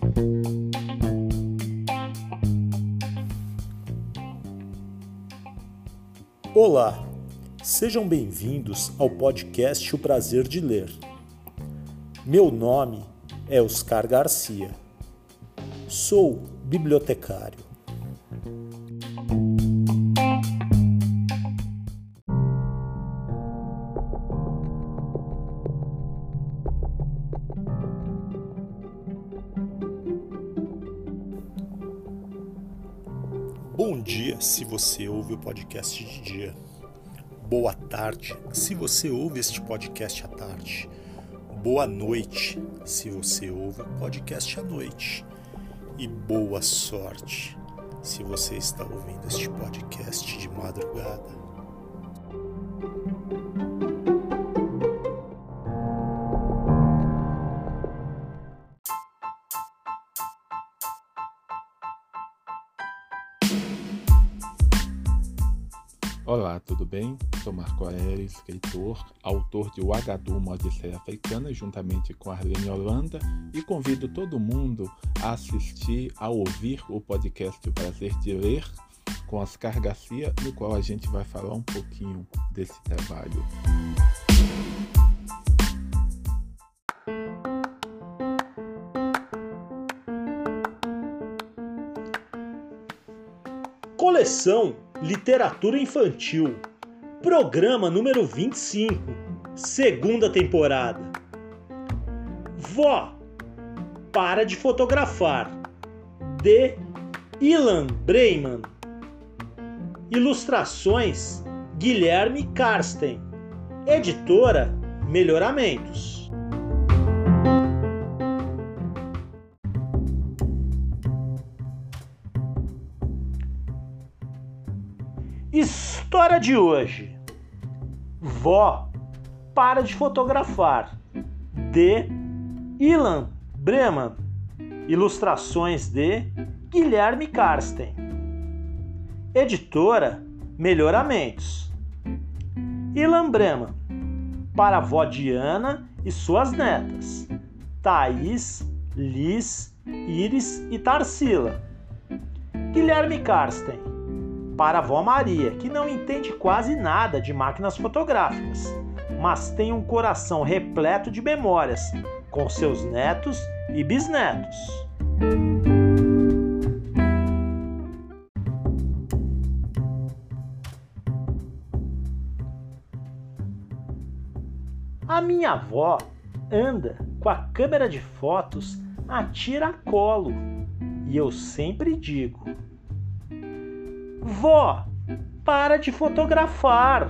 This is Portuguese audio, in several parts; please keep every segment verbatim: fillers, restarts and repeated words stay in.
Olá, sejam bem-vindos ao podcast O Prazer de Ler. Meu nome é Oscar Garcia. Sou bibliotecário. Bom dia, se você ouve o podcast de dia. Boa tarde, se você ouve este podcast à tarde. Boa noite, se você ouve o podcast à noite. E boa sorte, se você está ouvindo este podcast de madrugada. Olá, tudo bem? Sou Marco Aéreo, escritor, autor de O Agadu, uma Odisseia Africana, juntamente com Arlene Holanda, e convido todo mundo a assistir, a ouvir o podcast O Prazer de Ler, com Oscar Garcia, no qual a gente vai falar um pouquinho desse trabalho. Coleção Literatura Infantil, programa número vinte e cinco, segunda temporada. Vó, para de fotografar, de Ilan Breiman. Ilustrações Guilherme Karsten. Editora Melhoramentos. História de hoje. Vó, para de fotografar, de Ilan Breiman. Ilustrações de Guilherme Karsten. Editora Melhoramentos. Ilan Breiman, para a vó Diana e suas netas, Thaís, Liz, Iris e Tarsila. Guilherme Karsten, para a vó Maria, que não entende quase nada de máquinas fotográficas, mas tem um coração repleto de memórias com seus netos e bisnetos. A minha avó anda com a câmera de fotos a tiracolo e eu sempre digo: vó, para de fotografar.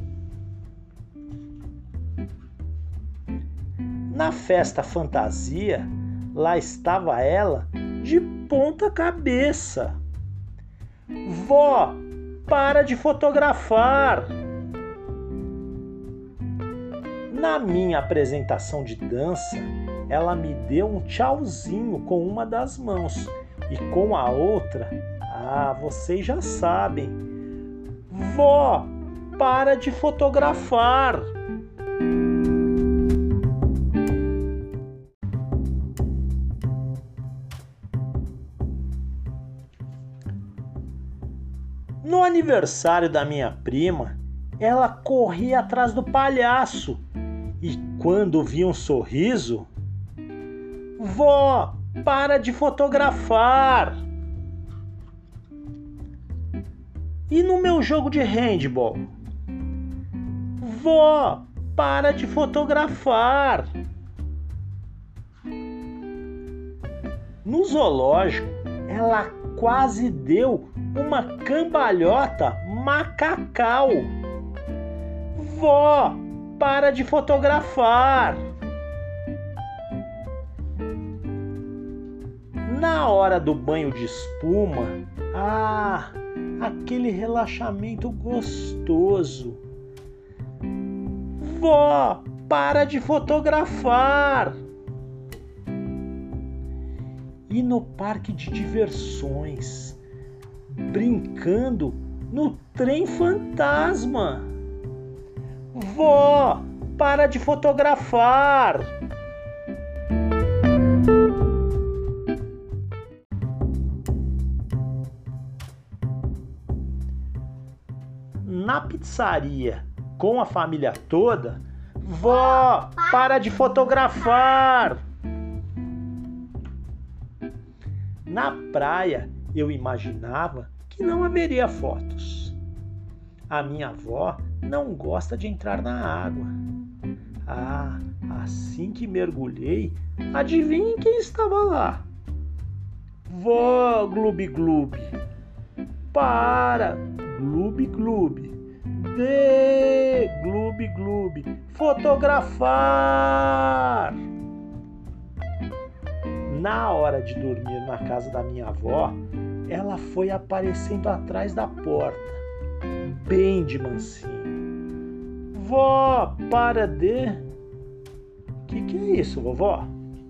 Na festa fantasia, lá estava ela de ponta cabeça. Vó, para de fotografar. Na minha apresentação de dança, ela me deu um tchauzinho com uma das mãos e com a outra, ah, vocês já sabem. Vó, para de fotografar. No aniversário da minha prima, ela corria atrás do palhaço e quando via um sorriso, vó, para de fotografar. E no meu jogo de handball, vó, para de fotografar. No zoológico, ela quase deu uma cambalhota macacal. Vó, para de fotografar. Na hora do banho de espuma, ah, aquele relaxamento gostoso. Vó, para de fotografar. E no parque de diversões, brincando no trem fantasma. Vó, para de fotografar. pizzaria com a família toda, vó, para de fotografar! Na praia, eu imaginava que não haveria fotos. A minha avó não gosta de entrar na água. Ah, assim que mergulhei, adivinhe quem estava lá? Vó Gloob Gloob. Para, Gloob Gloob. De, Gloob Gloob. Fotografar! Na hora de dormir na casa da minha avó, ela foi aparecendo atrás da porta, bem de mansinho. Vó, para de... Que que é isso, vovó?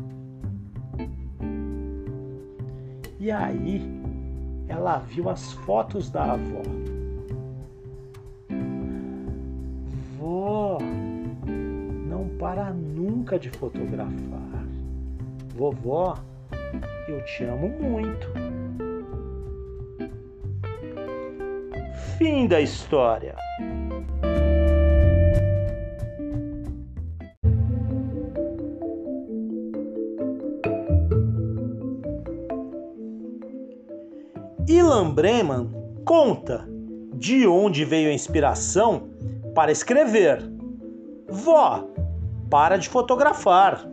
E aí, ela viu as fotos da avó. Vó, não para nunca de fotografar. Vovó, eu te amo muito. Fim da história. Ilan Breman conta de onde veio a inspiração para escrever. Vó, para de fotografar.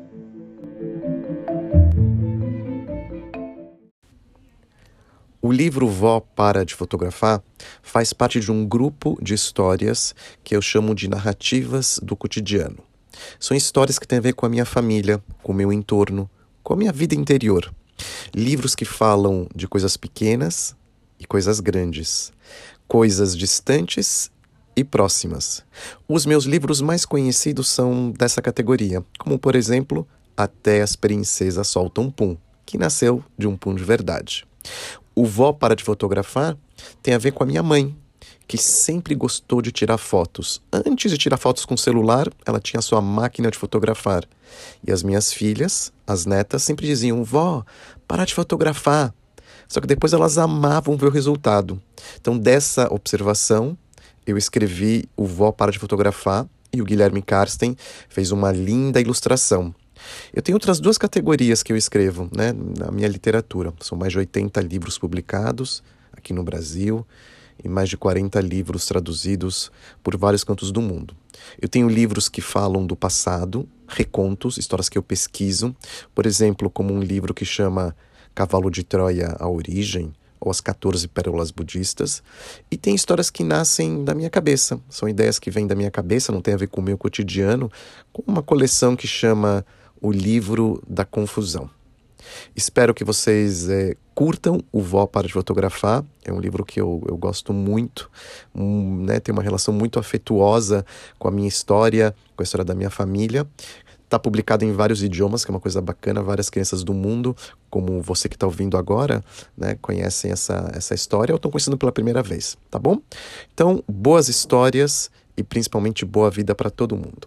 O livro Vó, Para de Fotografar faz parte de um grupo de histórias que eu chamo de narrativas do cotidiano. São histórias que têm a ver com a minha família, com o meu entorno, com a minha vida interior. Livros que falam de coisas pequenas e coisas grandes, coisas distantes e próximas. Os meus livros mais conhecidos são dessa categoria, como por exemplo, Até as Princesas Soltam Pum, que nasceu de um pum de verdade. O Vó, Para de Fotografar tem a ver com a minha mãe, que sempre gostou de tirar fotos. Antes de tirar fotos com celular, ela tinha sua máquina de fotografar. E as minhas filhas, as netas, sempre diziam, vó, para de fotografar. Só que depois elas amavam ver o resultado. Então, dessa observação, eu escrevi o Vó, Para de Fotografar, e o Guilherme Karsten fez uma linda ilustração. Eu tenho outras duas categorias que eu escrevo, né, na minha literatura. São mais de oitenta livros publicados aqui no Brasil e mais de quarenta livros traduzidos por vários cantos do mundo. Eu tenho livros que falam do passado, recontos, histórias que eu pesquiso. Por exemplo, como um livro que chama Cavalo de Troia, a Origem, ou As quatorze Pérolas Budistas. E tem histórias que nascem da minha cabeça. São ideias que vêm da minha cabeça, não tem a ver com o meu cotidiano, com uma coleção que chama O Livro da Confusão. Espero que vocês é, curtam o Vó, Para de Fotografar. É um livro que eu, eu gosto muito, um, né, tem uma relação muito afetuosa com a minha história, com a história da minha família. Está publicado em vários idiomas, que é uma coisa bacana. Várias crianças do mundo, como você que está ouvindo agora, né, conhecem essa, essa história ou estão conhecendo pela primeira vez, tá bom? Então, boas histórias e principalmente boa vida para todo mundo.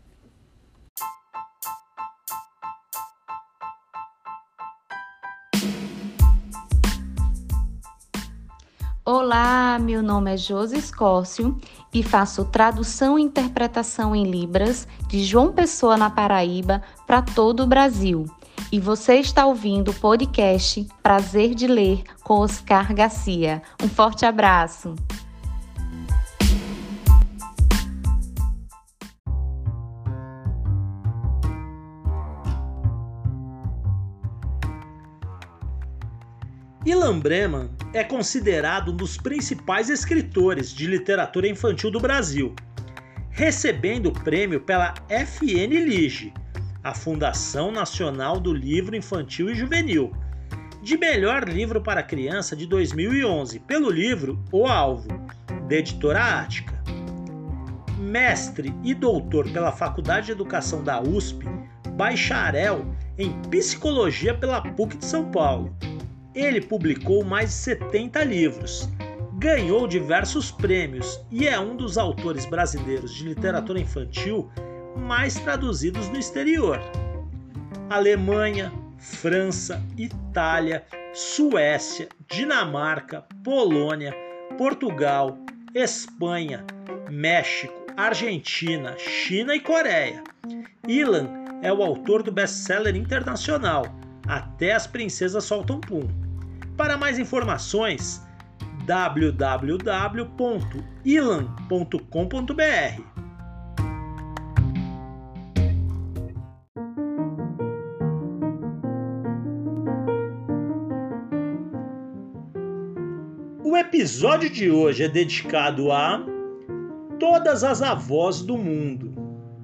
Olá, meu nome é Josi Escócio e faço tradução e interpretação em Libras de João Pessoa, na Paraíba, para todo o Brasil. E você está ouvindo o podcast Prazer de Ler com Oscar Garcia. Um forte abraço! Ilan Breman é considerado um dos principais escritores de literatura infantil do Brasil, recebendo o prêmio pela F N Lige, a Fundação Nacional do Livro Infantil e Juvenil, de melhor livro para criança de dois mil e onze, pelo livro O Alvo, da editora Ática. Mestre e doutor pela Faculdade de Educação da U S P, bacharel em Psicologia pela P U C de São Paulo. Ele publicou mais de setenta livros, ganhou diversos prêmios e é um dos autores brasileiros de literatura infantil mais traduzidos no exterior. Alemanha, França, Itália, Suécia, Dinamarca, Polônia, Portugal, Espanha, México, Argentina, China e Coreia. Ilan é o autor do best-seller internacional Até as Princesas Soltam Pum. Para mais informações, w w w ponto ilan ponto com ponto b r. O episódio de hoje é dedicado a todas as avós do mundo.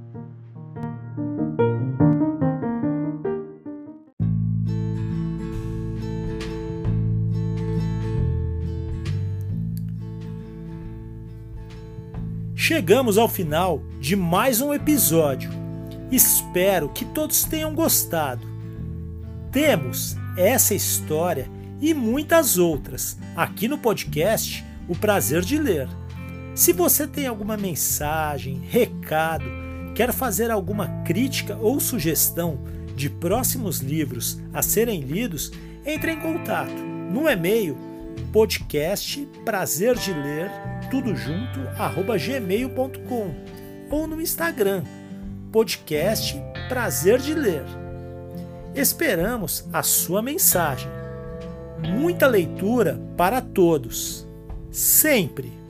Chegamos ao final de mais um episódio. Espero que todos tenham gostado. Temos essa história e muitas outras aqui no podcast O Prazer de Ler. Se você tem alguma mensagem, recado, quer fazer alguma crítica ou sugestão de próximos livros a serem lidos, entre em contato no e-mail podcast prazer de ler tudo junto arroba gmail ponto com ou no Instagram podcast prazer de ler. Esperamos a sua mensagem. Muita leitura para todos, sempre!